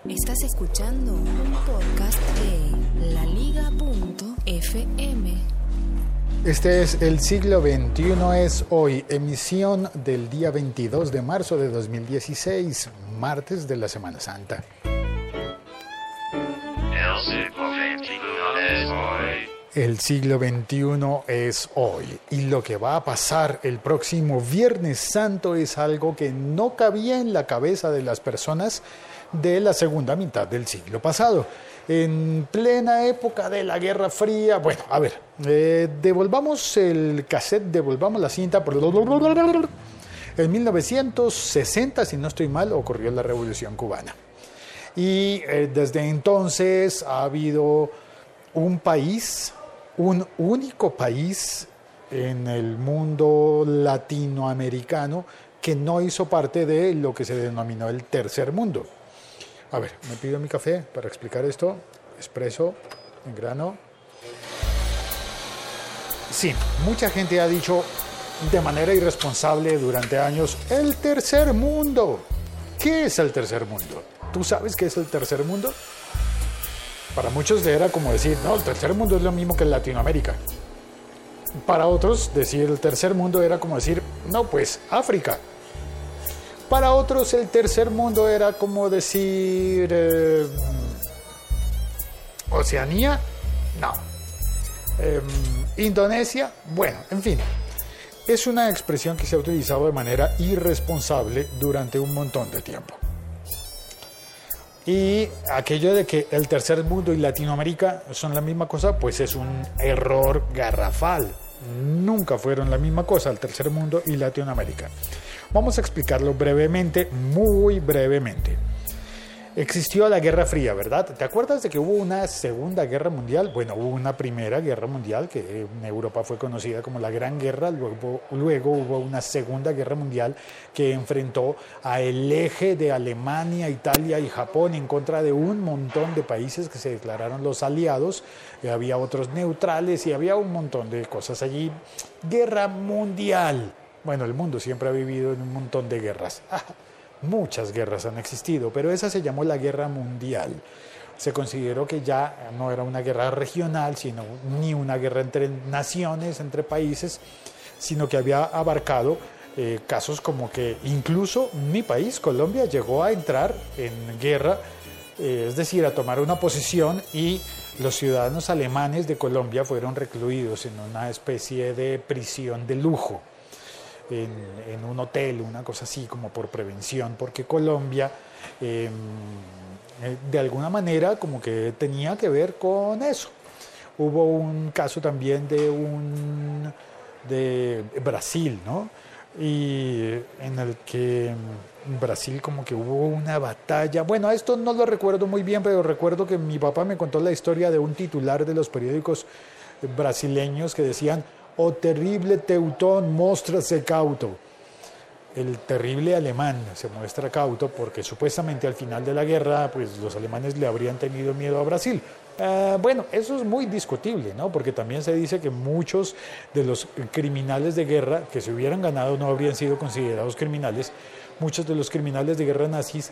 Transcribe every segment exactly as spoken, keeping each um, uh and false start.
Estás escuchando un podcast de la liga punto efe eme. Este es El siglo veintiuno es hoy, emisión del día veintidós de marzo de dos mil dieciséis, martes de la Semana Santa. El siglo veintiuno es hoy. El siglo veintiuno es hoy y lo que va a pasar el próximo Viernes Santo es algo que no cabía en la cabeza de las personas de la segunda mitad del siglo pasado. En plena época de la Guerra Fría, bueno, a ver, eh, devolvamos el cassette, devolvamos la cinta. En mil novecientos sesenta, si no estoy mal, ocurrió la Revolución Cubana. Y eh, desde entonces ha habido un país, un único país en el mundo latinoamericano que no hizo parte de lo que se denominó el tercer mundo. A ver, me pido mi café para explicar esto. Expreso, en grano. Sí, mucha gente ha dicho de manera irresponsable durante años, el tercer mundo. ¿Qué es el tercer mundo? ¿Tú sabes qué es el tercer mundo? Para muchos era como decir, no, el tercer mundo es lo mismo que Latinoamérica. Para otros, decir el tercer mundo era como decir, no, pues África. Para otros, el tercer mundo era como decir eh, Oceanía, no. Eh, Indonesia, bueno, en fin. Es una expresión que se ha utilizado de manera irresponsable durante un montón de tiempo. Y aquello de que el tercer mundo y Latinoamérica son la misma cosa, pues es un error garrafal. Nunca fueron la misma cosa, el tercer mundo y Latinoamérica. Vamos a explicarlo brevemente, muy brevemente. Existió la Guerra Fría, ¿verdad? ¿Te acuerdas de que hubo una Segunda Guerra Mundial? Bueno, hubo una Primera Guerra Mundial, que en Europa fue conocida como la Gran Guerra. Luego, luego hubo una Segunda Guerra Mundial que enfrentó a el eje de Alemania, Italia y Japón en contra de un montón de países que se declararon los aliados. Y había otros neutrales y había un montón de cosas allí. Guerra Mundial. Bueno, el mundo siempre ha vivido en un montón de guerras. Muchas guerras han existido, pero esa se llamó la Guerra Mundial. Se consideró que ya no era una guerra regional, sino ni una guerra entre naciones, entre países, sino que había abarcado eh, casos como que incluso mi país, Colombia, llegó a entrar en guerra, eh, es decir, a tomar una posición, y los ciudadanos alemanes de Colombia fueron recluidos en una especie de prisión de lujo. En, en un hotel, una cosa así como por prevención, porque Colombia eh, de alguna manera como que tenía que ver con eso. Hubo un caso también de un de Brasil, ¿no? Y en el que en Brasil como que hubo una batalla. Bueno, esto no lo recuerdo muy bien, pero recuerdo que mi papá me contó la historia de un titular de los periódicos brasileños que decían: «O terrible teutón, móstrase cauto». El terrible alemán se muestra cauto porque supuestamente al final de la guerra pues los alemanes le habrían tenido miedo a Brasil. Uh, bueno, eso es muy discutible, ¿no? Porque también se dice que muchos de los criminales de guerra que se hubieran ganado no habrían sido considerados criminales. Muchos de los criminales de guerra nazis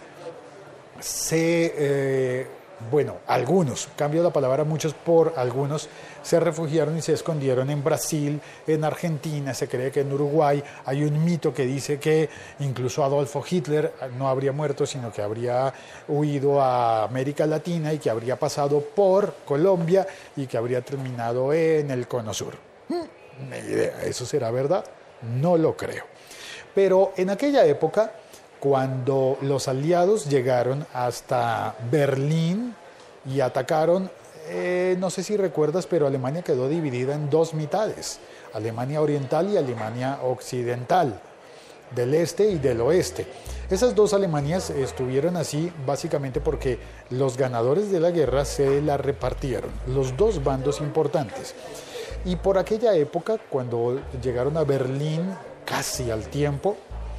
se... Eh, bueno, algunos, cambio la palabra muchos por algunos, se refugiaron y se escondieron en Brasil, en Argentina, se cree que en Uruguay. Hay un mito que dice que incluso Adolfo Hitler no habría muerto, sino que habría huido a América Latina y que habría pasado por Colombia y que habría terminado en el Cono Sur. Hmm, ni idea, ¿eso será verdad? No lo creo. Pero en aquella época, cuando los aliados llegaron hasta Berlín y atacaron, eh, no sé si recuerdas, pero Alemania quedó dividida en dos mitades, Alemania Oriental y Alemania Occidental, del este y del oeste. Esas dos Alemanias estuvieron así básicamente porque los ganadores de la guerra se la repartieron, los dos bandos importantes. Y por aquella época, cuando llegaron a Berlín casi al tiempo,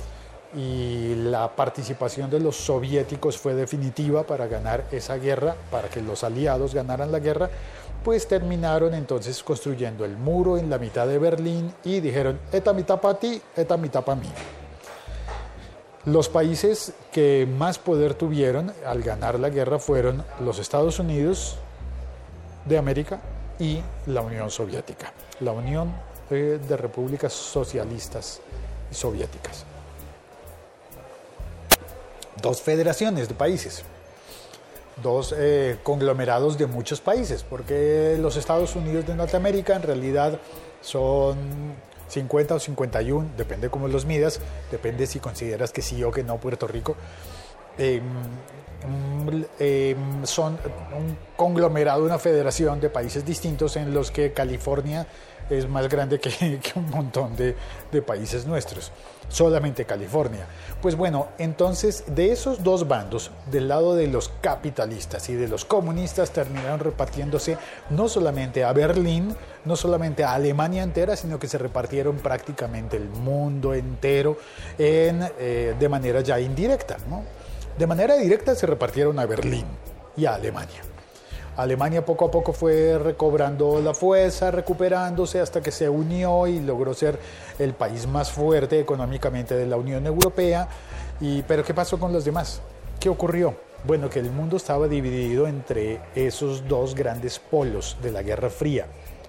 y la participación de los soviéticos fue definitiva para ganar esa guerra, para que los aliados ganaran la guerra, pues terminaron entonces construyendo el muro en la mitad de Berlín y dijeron, esta mitad para ti, esta mitad para mí. Los países que más poder tuvieron al ganar la guerra fueron los Estados Unidos de América y la Unión Soviética, la Unión eh, de Repúblicas Socialistas Soviéticas. Dos federaciones de países, dos eh, conglomerados de muchos países, porque los Estados Unidos de Norteamérica en realidad son cincuenta o cincuenta y uno, depende cómo los midas, depende si consideras que sí o que no Puerto Rico. Eh, eh, son un conglomerado, una federación de países distintos en los que California es más grande que, que un montón de, de países nuestros, solamente California. Pues bueno, entonces de esos dos bandos, del lado de los capitalistas y de los comunistas, terminaron repartiéndose no solamente a Berlín, no solamente a Alemania entera, sino que se repartieron prácticamente el mundo entero en, eh, de manera ya indirecta, ¿no? De manera directa se repartieron a Berlín y a Alemania. Alemania poco a poco fue recobrando la fuerza, recuperándose hasta que se unió y logró ser el país más fuerte económicamente de la Unión Europea. Y, ¿pero qué pasó con los demás? ¿Qué ocurrió? Bueno, que el mundo estaba dividido entre esos dos grandes polos de la Guerra Fría.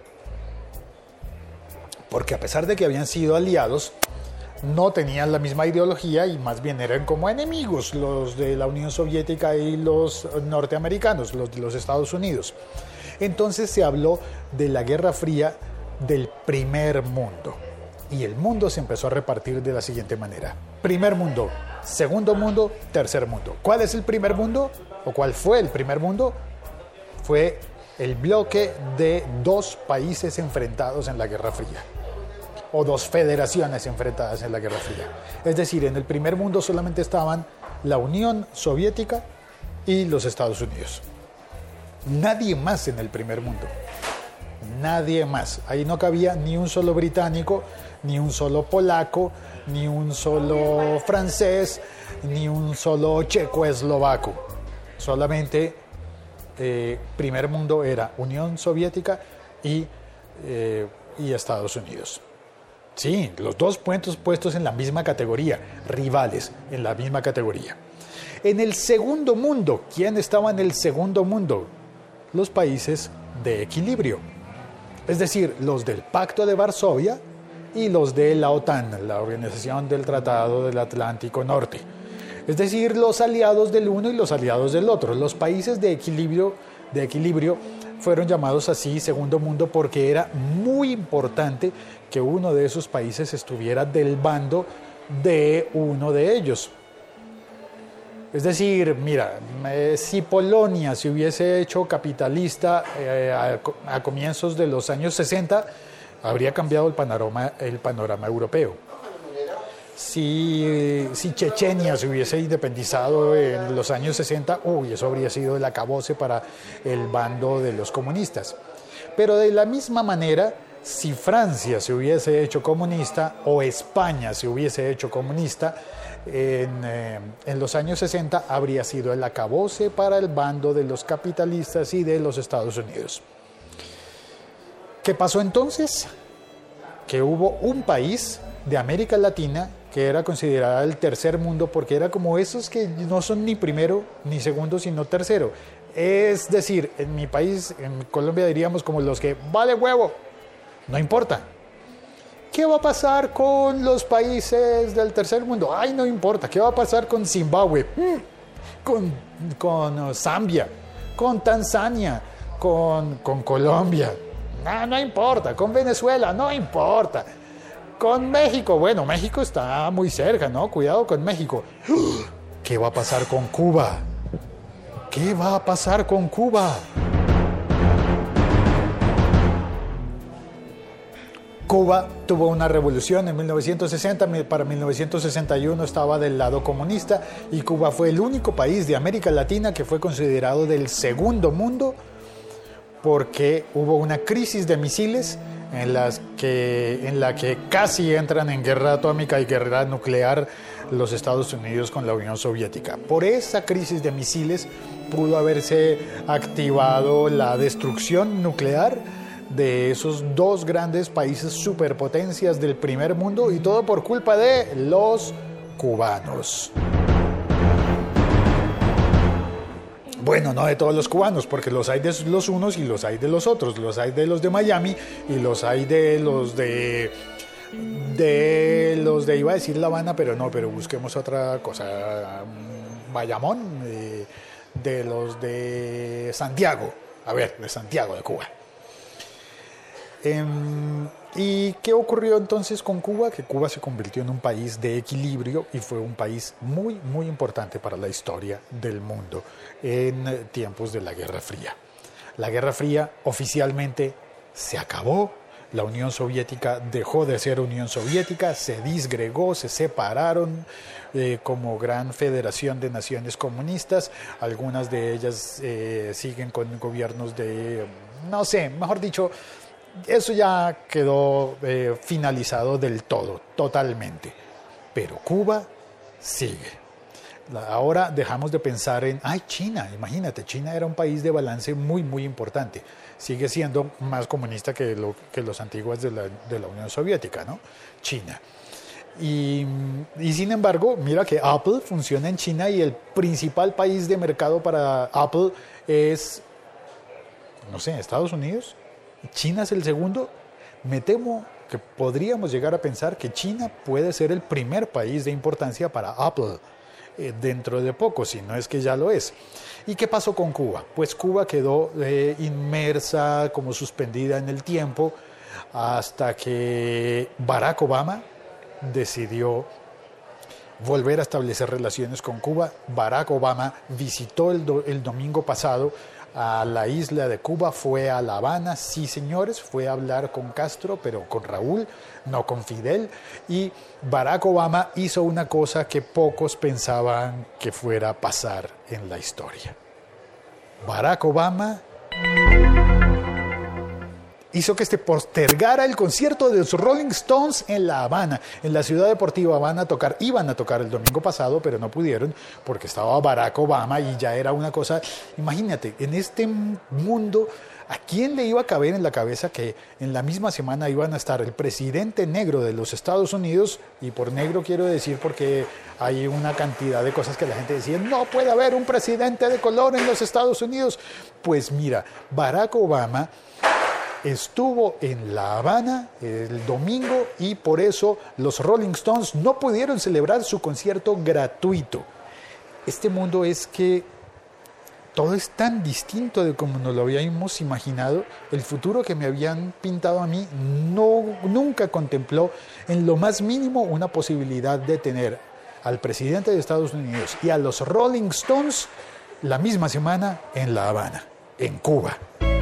Porque a pesar de que habían sido aliados, no tenían la misma ideología y más bien eran como enemigos los de la Unión Soviética y los norteamericanos, los de los Estados Unidos. Entonces se habló de la Guerra Fría del primer mundo y el mundo se empezó a repartir de la siguiente manera: primer mundo, segundo mundo, tercer mundo. ¿Cuál es el primer mundo? ¿O cuál fue el primer mundo? Fue el bloque de dos países enfrentados en la Guerra Fría, o dos federaciones enfrentadas en la Guerra Fría. Es decir, en el primer mundo solamente estaban la Unión Soviética y los Estados Unidos. Nadie más en el primer mundo. Nadie más. Ahí no cabía ni un solo británico, ni un solo polaco, ni un solo francés, ni un solo checo-eslovaco. Solamente eh, primer mundo era Unión Soviética y, eh, y Estados Unidos. Sí, los dos puestos puestos en la misma categoría, rivales en la misma categoría. En el segundo mundo, ¿quién estaba en el segundo mundo? Los países de equilibrio, es decir, los del Pacto de Varsovia y los de la OTAN, la Organización del Tratado del Atlántico Norte. Es decir, los aliados del uno y los aliados del otro. Los países de equilibrio, de equilibrio fueron llamados así segundo mundo porque era muy importante que uno de esos países estuviera del bando de uno de ellos. Es decir, mira, eh, si Polonia se hubiese hecho capitalista eh, a, a comienzos de los años sesenta, habría cambiado el panorama, el panorama europeo. Si, si Chechenia se hubiese independizado en los años sesenta, uy, eso habría sido el acabose para el bando de los comunistas. Pero de la misma manera, si Francia se hubiese hecho comunista o España se hubiese hecho comunista en, eh, en los años sesenta, habría sido el acabose para el bando de los capitalistas y de los Estados Unidos. ¿Qué pasó entonces? Que hubo un país de América Latina que era considerada el tercer mundo porque era como esos que no son ni primero ni segundo sino tercero. Es decir, en mi país, en Colombia diríamos como los que vale huevo, no importa. ¿Qué va a pasar con los países del tercer mundo? Ay, no importa. ¿Qué va a pasar con Zimbabue? Con, con Zambia, con Tanzania, con, con Colombia. No, no importa. Con Venezuela, no importa. Con México, bueno, México está muy cerca, ¿no? Cuidado con México. ¿Qué va a pasar con Cuba? ¿Qué va a pasar con Cuba? Cuba tuvo una revolución en mil novecientos sesenta, para mil novecientos sesenta y uno estaba del lado comunista y Cuba fue el único país de América Latina que fue considerado del segundo mundo porque hubo una crisis de misiles en, las que, en la que casi entran en guerra atómica y guerra nuclear los Estados Unidos con la Unión Soviética. Por esa crisis de misiles pudo haberse activado la destrucción nuclear de esos dos grandes países superpotencias del primer mundo y todo por culpa de los cubanos. Bueno, no de todos los cubanos, porque los hay de los unos y los hay de los otros. Los hay de los de Miami y los hay de los de... De los de, iba a decir La Habana, pero no, pero busquemos otra cosa. Bayamón, eh, de los de Santiago. A ver, de Santiago, de Cuba. Eh, ¿Y qué ocurrió entonces con Cuba? Que Cuba se convirtió en un país de equilibrio y fue un país muy, muy importante para la historia del mundo en tiempos de la Guerra Fría. La Guerra Fría oficialmente se acabó. La Unión Soviética dejó de ser Unión Soviética, se disgregó, se separaron eh, como gran federación de naciones comunistas. Algunas de ellas eh, siguen con gobiernos de, no sé, mejor dicho, eso ya quedó eh, finalizado del todo, totalmente. Pero Cuba sigue. Ahora dejamos de pensar en, ay, China, imagínate, China era un país de balance muy, muy importante. Sigue siendo más comunista que, lo, que los antiguos de la, de la Unión Soviética, ¿no? China. Y, y sin embargo, mira que Apple funciona en China y el principal país de mercado para Apple es, no sé, Estados Unidos. China es el segundo. Me temo que podríamos llegar a pensar que China puede ser el primer país de importancia para Apple eh, dentro de poco, si no es que ya lo es. ¿Y qué pasó con Cuba? Pues Cuba quedó eh, inmersa, como suspendida en el tiempo, hasta que Barack Obama decidió volver a establecer relaciones con Cuba. Barack Obama visitó el, do, el domingo pasado a la isla de Cuba, fue a La Habana, sí señores, fue a hablar con Castro, pero con Raúl, no con Fidel, y Barack Obama hizo una cosa que pocos pensaban que fuera a pasar en la historia. Barack Obama hizo que se postergara el concierto de los Rolling Stones en La Habana, en la ciudad deportiva. Van a tocar, iban a tocar el domingo pasado, pero no pudieron porque estaba Barack Obama y ya era una cosa. Imagínate, en este mundo, ¿a quién le iba a caber en la cabeza que en la misma semana iban a estar el presidente negro de los Estados Unidos? Y por negro quiero decir porque hay una cantidad de cosas que la gente decía, no puede haber un presidente de color en los Estados Unidos. Pues mira, Barack Obama estuvo en La Habana el domingo y por eso los Rolling Stones no pudieron celebrar su concierto gratuito. Este mundo es que todo es tan distinto de como nos lo habíamos imaginado. El futuro que me habían pintado a mí no, nunca contempló en lo más mínimo una posibilidad de tener al presidente de Estados Unidos y a los Rolling Stones la misma semana en La Habana, en Cuba.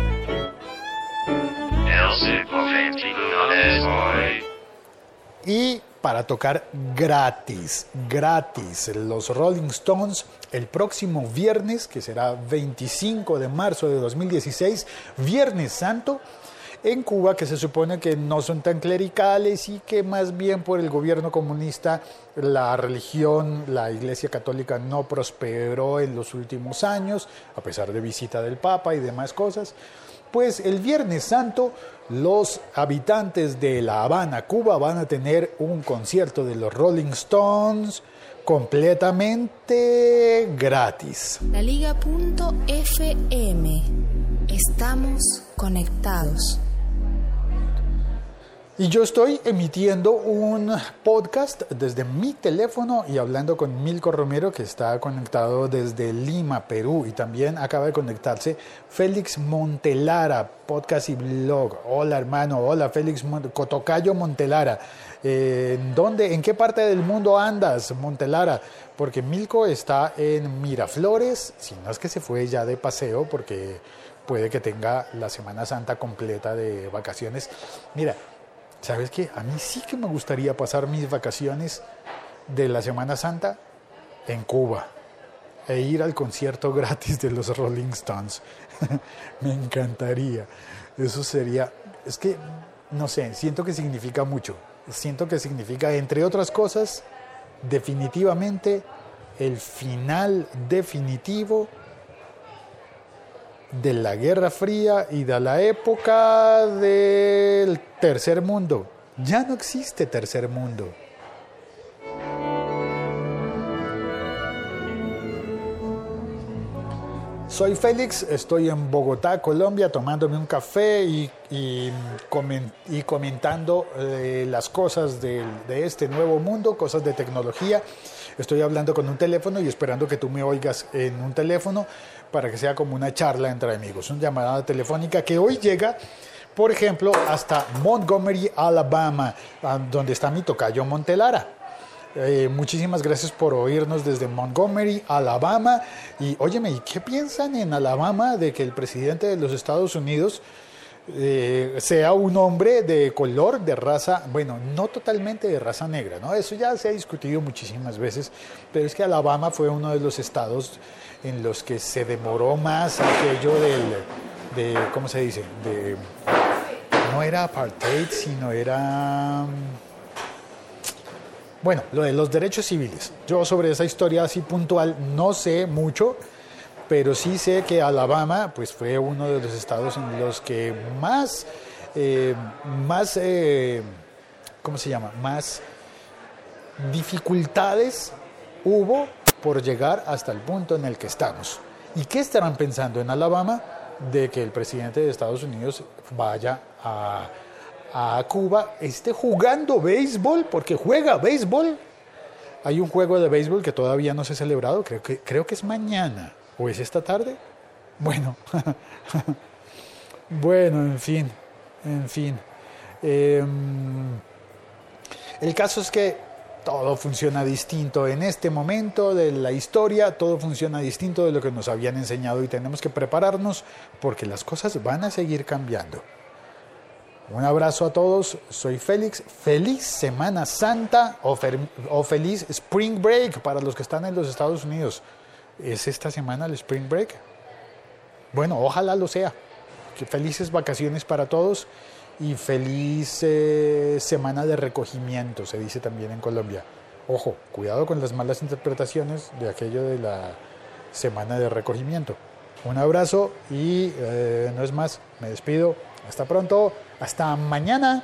Y para tocar gratis, gratis, los Rolling Stones el próximo viernes, que será veinticinco de marzo de dos mil dieciséis, Viernes Santo, en Cuba, que se supone que no son tan clericales y que más bien por el gobierno comunista la religión, la Iglesia Católica no prosperó en los últimos años, a pesar de visita del Papa y demás cosas. Pues el Viernes Santo los habitantes de La Habana, Cuba, van a tener un concierto de los Rolling Stones completamente gratis. La Liga punto F M. Estamos conectados. Y yo estoy emitiendo un podcast desde mi teléfono y hablando con Milko Romero, que está conectado desde Lima, Perú, y también acaba de conectarse Félix Montelara, podcast y blog. Hola hermano, hola Félix Cotocayo Montelara. Eh, ¿en dónde, en qué parte del mundo andas, Montelara? Porque Milko está en Miraflores, si no es que se fue ya de paseo, porque puede que tenga la Semana Santa completa de vacaciones. Mira, ¿sabes qué? A mí sí que me gustaría pasar mis vacaciones de la Semana Santa en Cuba e ir al concierto gratis de los Rolling Stones. Me encantaría. Eso sería... Es que, no sé, siento que significa mucho. Siento que significa, entre otras cosas, definitivamente el final definitivo de la Guerra Fría y de la época del Tercer Mundo. Ya no existe Tercer Mundo. Soy Félix, estoy en Bogotá, Colombia, tomándome un café y, y, coment, y comentando eh, las cosas de, de este nuevo mundo, cosas de tecnología. Estoy hablando con un teléfono y esperando que tú me oigas en un teléfono para que sea como una charla entre amigos. Una llamada telefónica que hoy llega, por ejemplo, hasta Montgomery, Alabama, donde está mi tocayo Montelara. Eh, muchísimas gracias por oírnos desde Montgomery, Alabama. Y óyeme, ¿y qué piensan en Alabama de que el presidente de los Estados Unidos eh, sea un hombre de color, de raza, bueno, no totalmente de raza negra, ¿no? Eso ya se ha discutido muchísimas veces, pero es que Alabama fue uno de los estados en los que se demoró más aquello del, de, ¿cómo se dice? De, no era apartheid, sino era... Bueno, lo de los derechos civiles. Yo sobre esa historia así puntual no sé mucho, pero sí sé que Alabama pues fue uno de los estados en los que más, eh, más, eh, ¿cómo se llama? Más dificultades hubo por llegar hasta el punto en el que estamos. ¿Y qué estarán pensando en Alabama de que el presidente de Estados Unidos vaya a... a Cuba, esté jugando béisbol, porque juega béisbol? Hay un juego de béisbol que todavía no se ha celebrado, creo que, creo que es mañana, o es esta tarde. Bueno, bueno, en fin, en fin. Eh, el caso es que todo funciona distinto en este momento de la historia, todo funciona distinto de lo que nos habían enseñado y tenemos que prepararnos porque las cosas van a seguir cambiando. Un abrazo a todos, soy Félix, feliz Semana Santa o, fer, o feliz Spring Break para los que están en los Estados Unidos. ¿Es esta semana el Spring Break? Bueno, ojalá lo sea. Que felices vacaciones para todos y feliz eh, semana de recogimiento, se dice también en Colombia. Ojo, cuidado con las malas interpretaciones de aquello de la semana de recogimiento. Un abrazo y eh, no es más, me despido. Hasta pronto, hasta mañana.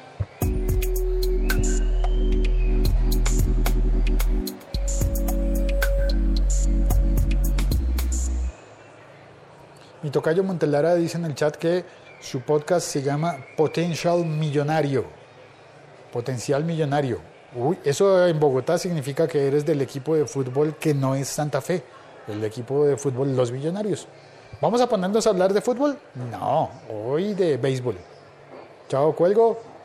Mi tocayo Montelara dice en el chat que su podcast se llama Potential Millonario. Potencial Millonario. Uy, eso en Bogotá significa que eres del equipo de fútbol que no es Santa Fe, el equipo de fútbol Los Millonarios. ¿Vamos a ponernos a hablar de fútbol? No, hoy de béisbol. Chao, cuelgo.